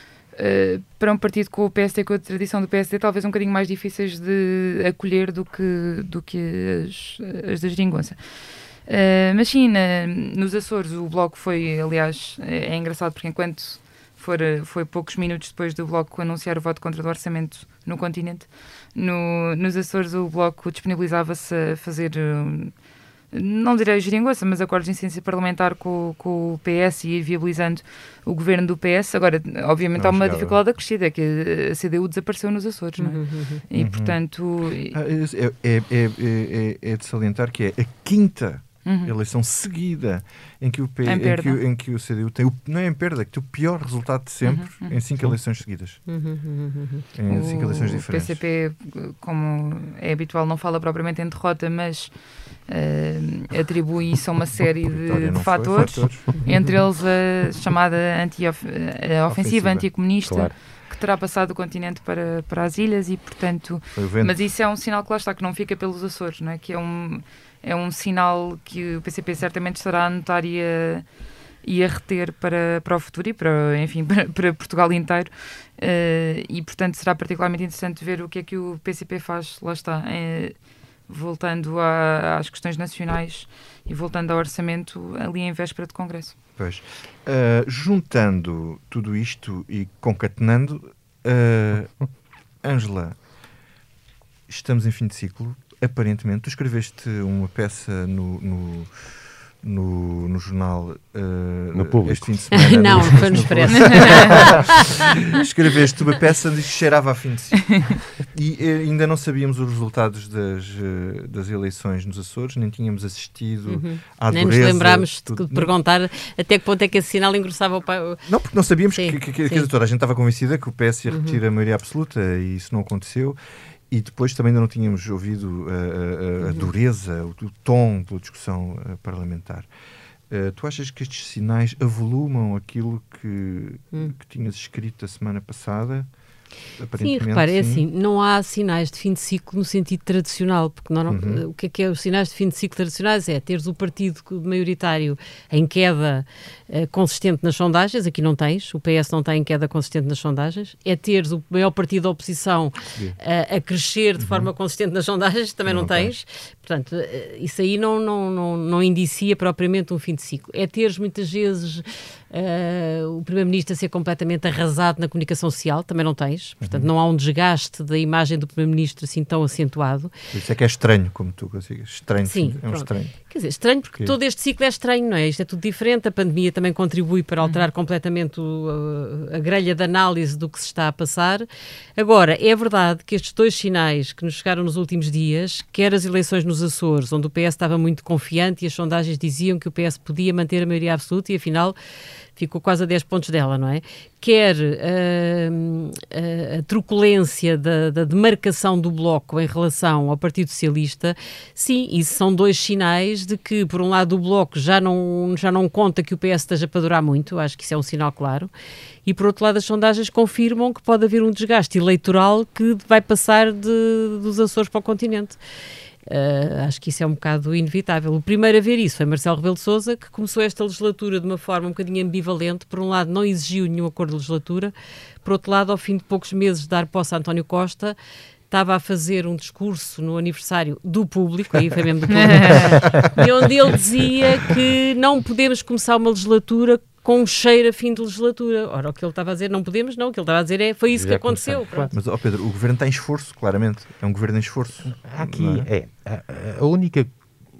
Uh, para um partido com o P S D, com a tradição do P S D, talvez um bocadinho mais difíceis de acolher do que, do que as, as da Geringonça. Uh, mas sim, na, nos Açores o Bloco foi, aliás, é, é engraçado porque enquanto for, foi poucos minutos depois do Bloco anunciar o voto contra o orçamento no continente, no, nos Açores o Bloco disponibilizava-se a fazer... Um, não direi geringonça, mas acordos de incidência parlamentar com, com o P S e ir viabilizando o governo do P S. Agora, obviamente, não há uma chegava. dificuldade acrescida, é que a C D U desapareceu nos Açores, não é? Uhum, uhum. E,
uhum.
portanto...
É, é, é, é, é de salientar que é a quinta uhum. eleição seguida em que o, P, em em que, em que o C D U tem, o, não é em perda, que tem o pior resultado de sempre uhum, uhum. em cinco eleições seguidas.
Uhum, uhum.
Em cinco
o,
eleições diferentes.
O P C P, como é habitual, não fala propriamente em derrota, mas uh, atribui isso a uma série de, de fatores, fatores, entre eles a chamada anti-ofensiva, anticomunista, claro. que terá passado do continente para, para as ilhas e, portanto... Mas isso é um sinal que lá está, que não fica pelos Açores, não é? Que é um... É um sinal que o P C P certamente estará a anotar e a, e a reter para, para o futuro e para, enfim, para, para Portugal inteiro. Uh, e, portanto, será particularmente interessante ver o que é que o P C P faz, lá está, é, voltando a, às questões nacionais e voltando ao orçamento ali em véspera de Congresso.
Pois. Uh, juntando tudo isto e concatenando, uh, Ângela, estamos em fim de ciclo. Aparentemente, tu escreveste uma peça no, no, no, no jornal uh,
no Público.
este fim de semana.
Não,
no,
foi no Expresso.
Escreveste uma peça que cheirava a fim de ciclo. E uh, ainda não sabíamos os resultados das, uh, das eleições nos Açores, nem tínhamos assistido
Uhum.
à
Nem
dureza.
nos lembrámos
tudo,
de perguntar até que ponto é que esse sinal engrossava o pai.
Não, porque não sabíamos
Sim,
que, que, que,
sim.
que toda a gente estava convencida que o P S ia repetir
Uhum.
a maioria absoluta e isso não aconteceu. E depois também ainda não tínhamos ouvido a, a, a
Uhum.
dureza, o, o tom da discussão uh, parlamentar. Uh, tu achas que estes sinais avolumam aquilo que,
Hum.
que tinhas escrito a semana passada?
Sim,
Aparentemente,
repara, é
sim.
assim, não há sinais de fim de ciclo no sentido tradicional, porque não,
Uhum.
o que é que é os sinais de fim de ciclo tradicionais? É teres o partido maioritário em queda eh, consistente nas sondagens, aqui não tens, o P S não tem queda consistente nas sondagens, é teres o maior partido da oposição eh, a crescer de
Uhum.
forma consistente nas sondagens, também não,
Não
tens. Portanto, eh, isso aí não, não, não, não indicia propriamente um fim de ciclo. É teres muitas vezes eh, o Primeiro-Ministro a ser completamente arrasado na comunicação social, também não tens. Portanto,
Uhum.
não há um desgaste da imagem do Primeiro-Ministro assim tão acentuado.
Por isso é que é estranho, como tu consigas. Estranho,
Sim,
é um
pronto.
estranho.
Quer dizer, estranho porque
Que-
todo este ciclo é estranho, não é? Isto é tudo diferente, a pandemia também contribui para
Uhum.
alterar completamente o, a, a grelha de análise do que se está a passar. Agora, é verdade que estes dois sinais que nos chegaram nos últimos dias, quer as eleições nos Açores, onde o P S estava muito confiante e as sondagens diziam que o P S podia manter a maioria absoluta e afinal ficou quase a dez pontos dela, não é? Quer uh, a, a truculência da, da demarcação do Bloco em relação ao Partido Socialista, sim, isso são dois sinais de que, por um lado, o Bloco já não, já não conta que o P S esteja para durar muito, acho que isso é um sinal claro, e, por outro lado, as sondagens confirmam que pode haver um desgaste eleitoral que vai passar de, dos Açores para o continente. Uh, acho que isso é um bocado inevitável. O primeiro a ver isso foi Marcelo Rebelo de Sousa, que começou esta legislatura de uma forma um bocadinho ambivalente. Por um lado, não exigiu nenhum acordo de legislatura. Por outro lado, ao fim de poucos meses de dar posse a António Costa, estava a fazer um discurso no aniversário do Público, aí foi mesmo do Público, e onde ele dizia que não podemos começar uma legislatura com um cheiro a fim de legislatura. Ora, o que ele estava a dizer, não podemos, não. O que ele estava a dizer é, foi isso
Já
que aconteceu.
começamos,
Pronto.
Mas, ó Pedro, o governo está em esforço, claramente. É um governo em esforço.
Aqui
não é?
é, a, a única,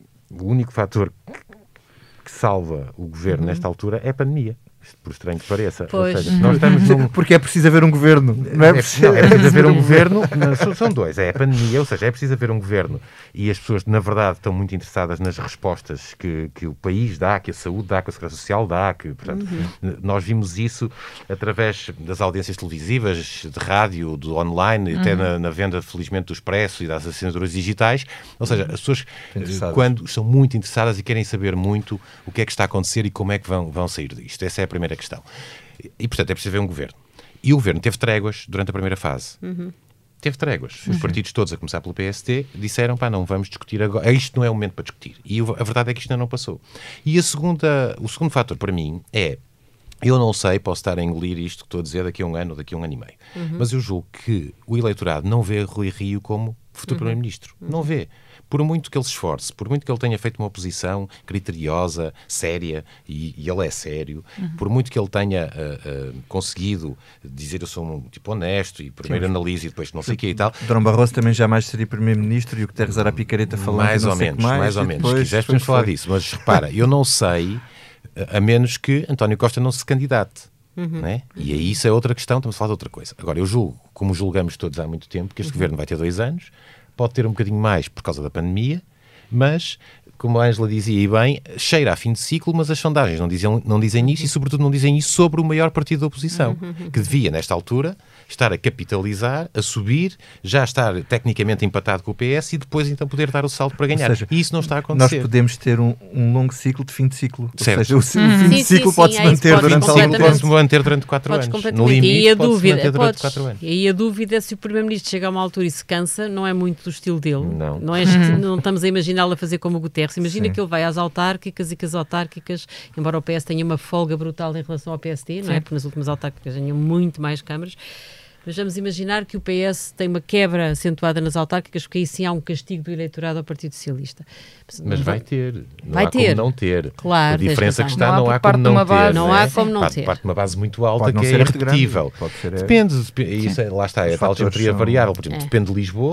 o único fator que, que salva o governo
Uhum.
nesta altura é a pandemia. Isto, por estranho que pareça.
Pois.
Ou seja, nós estamos num...
Porque é preciso haver um governo. Não é
É,
preciso,
não, é preciso haver um governo, não, são, são dois, é a pandemia, ou seja, é preciso haver um governo e as pessoas, na verdade, estão muito interessadas nas respostas que, que o país dá, que a saúde dá, que a Segurança Social dá, que, portanto,
Uhum.
nós vimos isso através das audiências televisivas, de rádio, do online,
Uhum.
até na, na venda, felizmente, do Expresso e das assinaturas digitais, ou seja, as pessoas,
Interessadas.
quando estão muito interessadas e querem saber muito o que é que está a acontecer e como é que vão, vão sair disto. Essa é a primeira questão. E, portanto, é preciso haver um governo. E o governo teve tréguas durante a primeira fase.
Uhum.
Teve tréguas. Os partidos todos, a começar pelo P S D, disseram, pá, não vamos discutir agora. Isto não é o momento para discutir. E a verdade é que isto ainda não passou. E a segunda, o segundo fator para mim é, eu não sei, posso estar a engolir isto que estou a dizer daqui a um ano ou daqui a um ano e meio,
Uhum.
mas eu julgo que o eleitorado não vê Rui Rio como futuro Primeiro-Ministro. Não vê. Por muito que ele se esforce, por muito que ele tenha feito uma oposição criteriosa, séria, e, e ele é sério, por muito que ele tenha uh, uh, conseguido dizer eu sou um tipo honesto e primeiro
Sim.
analise e depois não sei o que e tal,
Durão Barroso também jamais seria Primeiro-Ministro e o Guterres era a picareta falando
mais
não
ou
sei
menos,
que mais,
mais ou
e
menos.
depois
Se quiseres
foi o
podemos
que
falar
foi.
disso, mas repara, eu não sei, a menos que António Costa não se candidate.
Uhum.
Né? E aí isso é outra questão, estamos a falar de outra coisa. Agora, eu julgo, como julgamos todos há muito tempo, que este
Uhum.
governo vai ter dois anos, pode ter um bocadinho mais por causa da pandemia, mas, como a Ângela dizia e bem, cheira a fim de ciclo, mas as sondagens não dizem, não dizem isso e, sobretudo, não dizem isso sobre o maior partido da oposição,
Uhum.
que devia, nesta altura, estar a capitalizar, a subir, já estar tecnicamente empatado com o P S e depois, então, poder dar o salto para ganhar.
seja,
e isso não está a
Nós
acontecer.
podemos ter um, um longo ciclo de fim de ciclo.
Certo.
Ou seja, o, o fim
Sim,
de ciclo
sim,
pode-se
sim, é isso,
manter
pode-se
durante algum
completamente.
tempo.
Pode-se manter durante quatro
Podes
anos. No
completamente.
limite,
e aí a
pode-se
dúvida,
manter durante
podes,
quatro anos.
e aí a dúvida é se o Primeiro-Ministro chega a uma altura e se cansa, não é muito do estilo dele.
Não.
Não, é, não estamos a imaginá-lo a fazer como o Guterres. Imagina
Sim.
que ele vai às autárquicas e que as autárquicas, embora o P S tenha uma folga brutal em relação ao P S D, não é? Porque nas últimas autárquicas ganham muito mais câmaras. Mas vamos imaginar que o P S tem uma quebra acentuada nas autárquicas, porque aí sim há um castigo do eleitorado ao Partido Socialista.
Mas vai ter. Não
Vai
há
ter.
como não ter.
Claro,
a diferença
tens
que
razão.
está,
Não há
não
por
há
parte
como
de
não
uma
ter.
base.
Não
é?
há como não
parte,
ter.
parte de uma base muito alta
Pode não
que
ser
é
muito grande,
irrepetível.
pode ser, é-
Depende, dep- isso é, lá está, é
Os
a tal
fatores
geometria
são-
variável. Por exemplo,
É.
depende de Lisboa.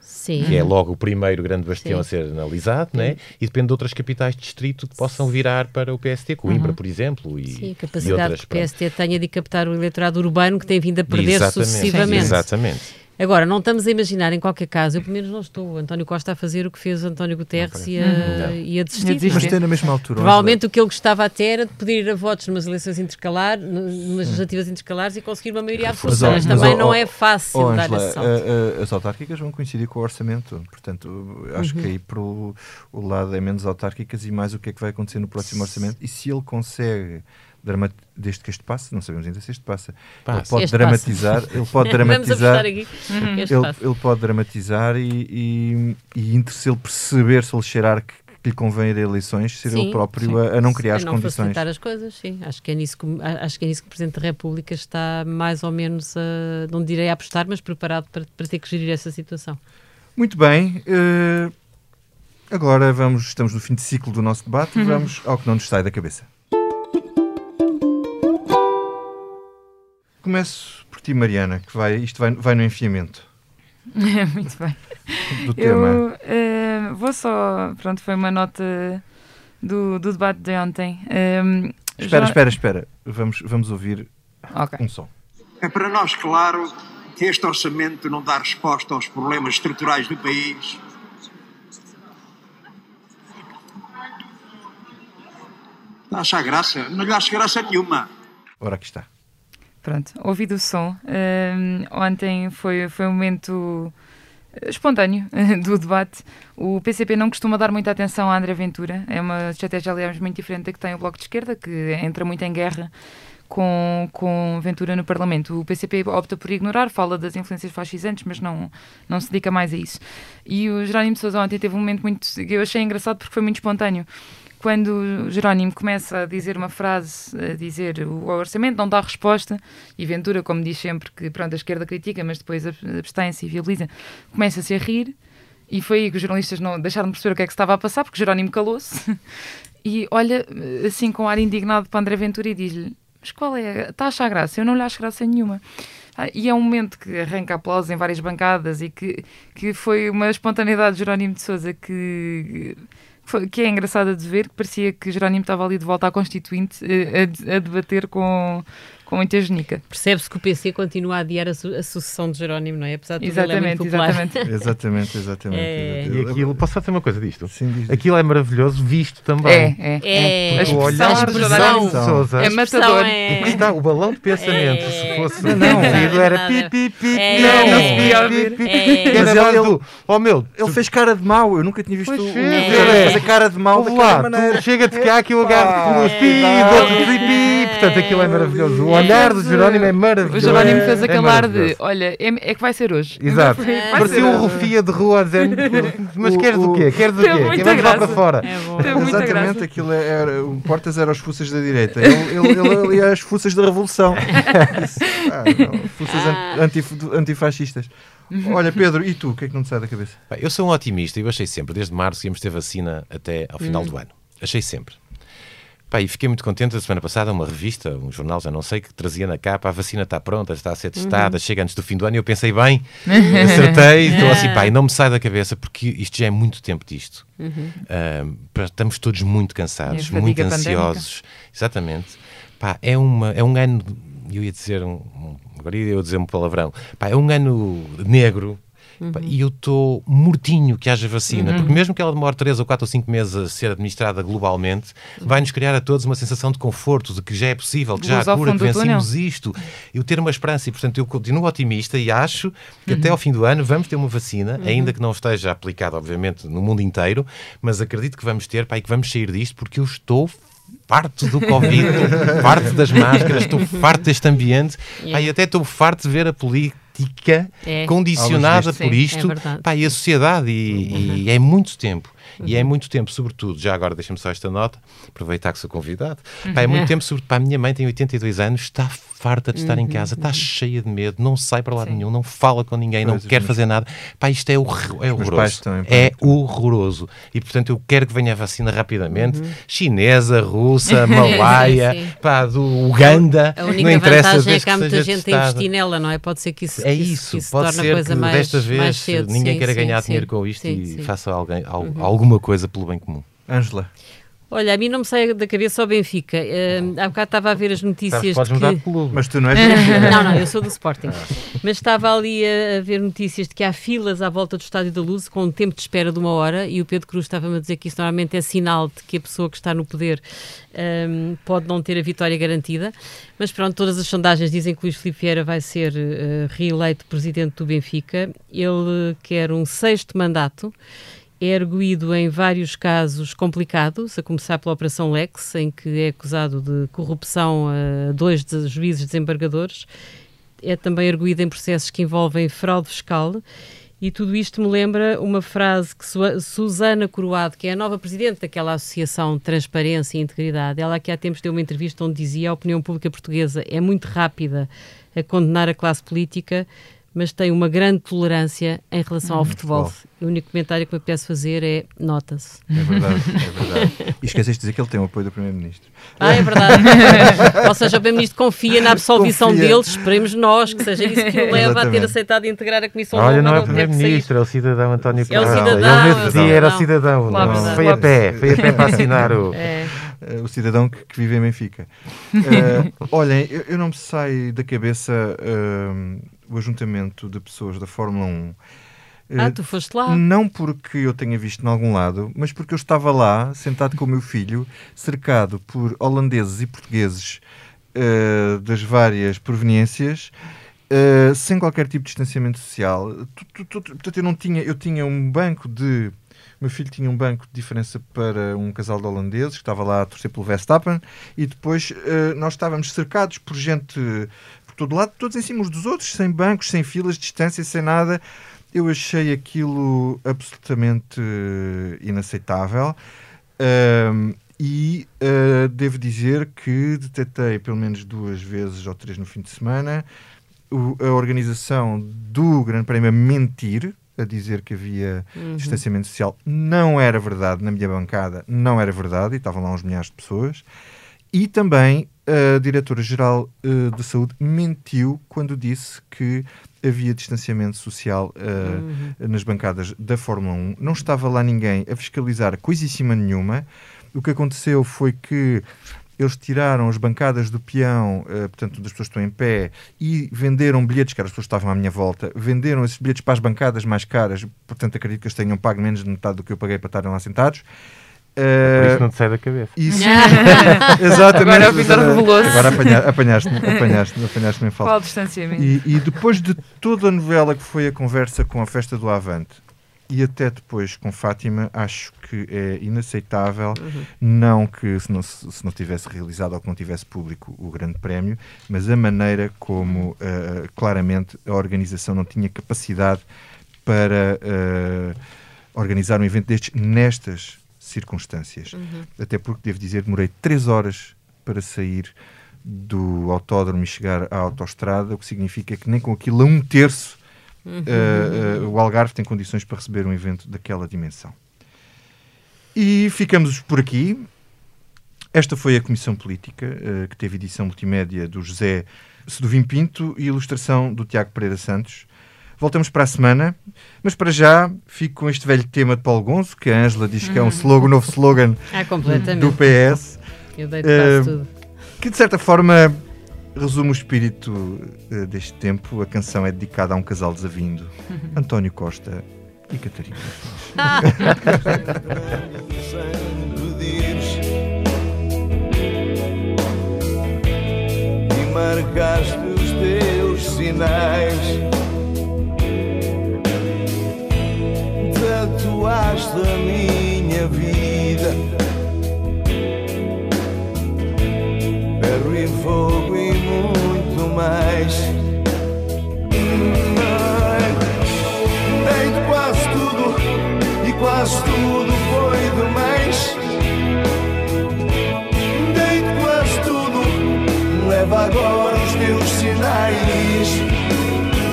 Sim.
que é logo o primeiro grande bastião
Sim.
a ser analisado, né? E depende de outras capitais de distrito que possam virar para o P S T, Coimbra, uhum. por exemplo. E,
Sim, a
e
capacidade
outras,
que o P S T tenha de captar o eleitorado urbano que tem vindo a perder
exatamente,
sucessivamente.
Exatamente.
Agora, não estamos a imaginar, em qualquer caso, eu pelo menos não estou, o António Costa a fazer o que fez o António Guterres e, a, e a desistir.
Mas tem na mesma altura.
Provavelmente o que ele gostava até era de poder ir a votos numas eleições intercalares, numas legislativas intercalares e conseguir uma maioria absoluta. Mas, mas também mas, não oh, é fácil oh, dar esse salto.
A, a, as autárquicas vão coincidir com o orçamento, portanto, acho uhum. que aí para o, o lado é menos autárquicas e mais o que é que vai acontecer no próximo orçamento. E se ele consegue... desde que este passa, não sabemos ainda se este passa, passa. Ele pode
este
dramatizar,
passa.
ele pode dramatizar,
aqui. Uhum.
ele, ele pode dramatizar e, e, e se ele perceber, se ele cheirar que, que lhe convém ir a eleições, ser sim, ele próprio a, a não criar
a
as
não
condições.
Facilitar as coisas, sim. Acho que é nisso que, acho que é nisso que o Presidente da República está mais ou menos, a, não direi a apostar, mas preparado para, para ter que gerir essa situação.
Muito bem. Uh, agora vamos, estamos no fim de ciclo do nosso debate, uhum. vamos ao que não nos sai da cabeça. Começo por ti, Mariana, que vai, isto vai, vai no enfiamento.
Muito bem.
Do
Eu
tema.
Uh, vou só... Pronto, foi uma nota do, do debate de ontem. Um,
espera,
já...
espera, espera. Vamos, vamos ouvir okay. um som.
É para nós claro que este orçamento não dá resposta aos problemas estruturais do país. Não acha graça? Não lhe acho graça nenhuma.
Ora, aqui está.
Pronto, ouvido o som. Um, ontem foi, foi um momento espontâneo do debate. O P C P não costuma dar muita atenção a André Ventura. É uma estratégia, aliás, muito diferente da que tem o Bloco de Esquerda, que entra muito em guerra com, com Ventura no Parlamento. O P C P opta por ignorar, fala das influências fascisantes, mas não, não se dedica mais a isso. E o Jerónimo de Sousa ontem teve um momento muito... eu achei engraçado porque foi muito espontâneo. Quando o Jerónimo começa a dizer uma frase, a dizer o orçamento não dá resposta, e Ventura, como diz sempre, que pronto, a esquerda critica, mas depois abstém-se e viabiliza, começa-se a rir, e foi aí que os jornalistas não deixaram de perceber o que é que se estava a passar, porque Jerónimo calou-se, e olha assim com ar indignado para André Ventura e diz-lhe, mas qual é? Está a achar graça? Eu não lhe acho graça nenhuma. Ah, e é um momento que arranca aplausos em várias bancadas e que, que foi uma espontaneidade de Jerónimo de Sousa que... que é engraçada de ver, que parecia que Jerónimo estava ali de volta à Constituinte a, a debater com, com muita genica.
Percebe-se que o P C continua a adiar a, su a sucessão de Jerónimo, não é? Apesar de tudo,
exatamente,
ele é muito popular.
exatamente.
exatamente, exatamente.
É...
E aquilo, posso só dizer uma coisa disto?
Sim, diz.
Aquilo é maravilhoso visto também.
É, é.
é.
é.
Porque o olhar de Jerónimo de Sousa
é matador.
É... E está, o balão de pensamento,
é...
se fosse
não, não,
não, era pi, pi, pi,
é...
não,
não se podia ouvir.
É...
Era
ele,
ele, do, oh meu,
ele fez cara de mau, eu nunca tinha visto
pois
um
é.
fazer cara de mau daquela maneira.
Chega-te cá que eu agarro pelos pi, pi, pi, portanto aquilo é maravilhoso. O olhar do Jerónimo é maravilhoso.
O Jerónimo fez
é
aquele ar de, olha, é, é que vai ser hoje.
Exato.
É.
Parecia um rufia de rua a dizer, mas
o,
queres o quê? Queres o quê?
Vamos
lá para fora.
É bom.
Exatamente, aquilo era, o Portas era os fuças da direita. Ele, ele, ele ali é as fuças da Revolução. ah, não, fuças
ah.
anti, antifascistas. Olha, Pedro, e tu? O que é que não te sai da cabeça?
Bem, eu sou um otimista e eu achei sempre, desde março, íamos ter vacina até ao final hum. do ano. Achei sempre. Pá, e fiquei muito contente a semana passada, uma revista, um jornal, já não sei, que trazia na capa, a vacina está pronta, está a ser testada, uhum. chega antes do fim do ano, e eu pensei bem, acertei, estou assim, pá, e não me sai da cabeça, porque isto já é muito tempo disto. Uhum. Uh, estamos todos muito cansados, muito ansiosos. Pandémica. Exatamente. Pá, é, uma, é um ano, eu ia dizer, um, um, agora ia eu dizer um palavrão, pá, é um ano negro. Uhum. E eu estou mortinho que haja vacina, uhum. porque mesmo que ela demore três ou quatro ou cinco meses a ser administrada globalmente, vai-nos criar a todos uma sensação de conforto, de que já é possível, que já há cura, que vencemos isto. Eu ter uma esperança e, portanto, eu continuo otimista e acho que uhum. até ao fim do ano vamos ter uma vacina, uhum. ainda que não esteja aplicada, obviamente, no mundo inteiro, mas acredito que vamos ter, pá, e que vamos sair disto, porque eu estou farto do Covid, estou farto das máscaras, estou farto deste ambiente, yeah. e até estou farto de ver a política É. condicionada por isto, é pá, e a sociedade, e, uhum. e é muito tempo. Uhum. E é muito tempo, sobretudo, já agora deixa-me só esta nota, aproveitar que sou convidado, uhum. pá, é muito tempo, sobretudo, pá, a minha mãe tem oitenta e dois anos, está farta de estar uhum. em casa, está cheia de medo, não sai para lado Sim. nenhum, não fala com ninguém, pois, não quer fazer nada. Pá, isto é, horror, é horroroso. É horroroso. E, portanto, eu quero que venha a vacina rapidamente. Uhum. Chinesa, russa, malaia, sim, sim. Pá, do Uganda.
A única não interessa vantagem é que há muita gente a investir nela, não é? Pode ser que isso,
é isso,
que isso
pode
torne
ser
a coisa
que
mais,
desta vez
mais cedo.
ninguém
sim,
queira
sim,
ganhar
sim,
dinheiro com isto
sim,
e
sim.
faça alguém,
uhum.
alguma coisa pelo bem comum.
Ângela.
Olha, a mim não me sai da cabeça só o Benfica. Uh, há bocado estava a ver as notícias
Sabes,
de
que...
que...
Mas tu não és do Benfica.
Não, não, eu sou do Sporting. Mas estava ali a, a ver notícias de que há filas à volta do Estádio da Luz com um tempo de espera de uma hora e o Pedro Cruz estava-me a dizer que isso normalmente é sinal de que a pessoa que está no poder um, pode não ter a vitória garantida. Mas pronto, todas as sondagens dizem que Luís Filipe Vieira vai ser uh, reeleito presidente do Benfica. Ele quer um sexto mandato. É arguído em vários casos complicados, a começar pela Operação Lex, em que é acusado de corrupção a dois de juízes desembargadores. É também arguído em processos que envolvem fraude fiscal. E tudo isto me lembra uma frase que Su- Susana Coroado, que é a nova presidente daquela Associação de Transparência e Integridade, ela aqui há tempos deu uma entrevista onde dizia: a opinião pública portuguesa é muito rápida a condenar a classe política, mas tem uma grande tolerância em relação hum, ao futebol. futebol. O único comentário que me apetece fazer é nota-se.
É verdade, é verdade. E esqueceste de dizer que ele tem o apoio do Primeiro-Ministro.
Ah, é verdade. Ou seja, o Primeiro-Ministro confia na absolvição confia. deles, esperemos nós que seja isso que o leva Exatamente. a ter aceitado integrar a Comissão.
Olha, não é o Primeiro-Ministro, é o cidadão António Costa.
É o cidadão.
Ele nesse dia era o cidadão.
Claro,
não. Foi a pé, foi a pé para assinar o...
É.
Uh, o cidadão que, que vive em Benfica. Uh, olhem, eu, eu não me sai da cabeça uh, o ajuntamento de pessoas da Fórmula um. Uh,
ah, tu foste lá?
Não porque eu tenha visto em algum lado, mas porque eu estava lá, sentado com o meu filho, cercado por holandeses e portugueses uh, das várias proveniências, uh, sem qualquer tipo de distanciamento social. Portanto, eu não tinha, eu tinha um banco de... O meu filho tinha um banco de diferença para um casal de holandeses que estava lá a torcer pelo Verstappen e depois uh, nós estávamos cercados por gente por todo lado, todos em cima uns dos outros, sem bancos, sem filas de distância, sem nada. Eu achei aquilo absolutamente uh, inaceitável uh, e uh, devo dizer que detetei pelo menos duas vezes ou três no fim de semana o, a organização do Grande Prémio a mentir, a dizer que havia uhum. distanciamento social. Não era verdade na minha bancada, não era verdade, e estavam lá uns milhares de pessoas. E também a Diretora-Geral uh, de Saúde mentiu quando disse que havia distanciamento social uh, uhum. nas bancadas da Fórmula um. Não estava lá ninguém a fiscalizar coisíssima nenhuma. O que aconteceu foi que eles tiraram as bancadas do peão, uh, portanto, das pessoas que estão em pé, e venderam bilhetes, que as pessoas que estavam à minha volta, venderam esses bilhetes para as bancadas mais caras, portanto, acredito que eles tenham pago menos de metade do que eu paguei para estarem lá sentados.
Uh, Por isso não te sai da cabeça.
Isso. Exatamente.
Agora é o Vitor Reveloso.
Agora apanha, apanhaste-me, apanhaste-me, apanhaste-me em falta.
Qual distanciamento?
E, e depois de toda a novela que foi a conversa com a festa do Avante, e até depois com Fátima, acho que é inaceitável, uhum. não que se não, se não tivesse realizado ou que não tivesse público o Grande Prémio, mas a maneira como, uh, claramente, a organização não tinha capacidade para uh, organizar um evento destes nestas circunstâncias. Uhum. Até porque, devo dizer, demorei três horas para sair do autódromo e chegar à autoestrada, o que significa que nem com aquilo a um terço Uhum. Uh, uh, o Algarve tem condições para receber um evento daquela dimensão. E ficamos por aqui. Esta foi a Comissão Política, uh, que teve edição multimédia do José Seduvim Pinto e ilustração do Tiago Pereira Santos. Voltamos para a semana, mas para já fico com este velho tema de Paulo Gonzo, que a Ângela diz que é um slogan, um novo slogan
ah,
do P S.
Eu deito quase uh, tudo.
Que de certa forma resume o espírito uh, deste tempo. A canção é dedicada a um casal desavindo, António Costa e Catarina.
E marcaste os teus sinais, tatuaste a minha vida, ferro e fogo e muito mais. Dei-te quase tudo e quase tudo tudo foi demais. Dei-te quase tudo, leva agora os teus sinais.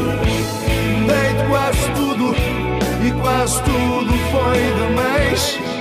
Dei-te quase tudo e quase tudo foi demais.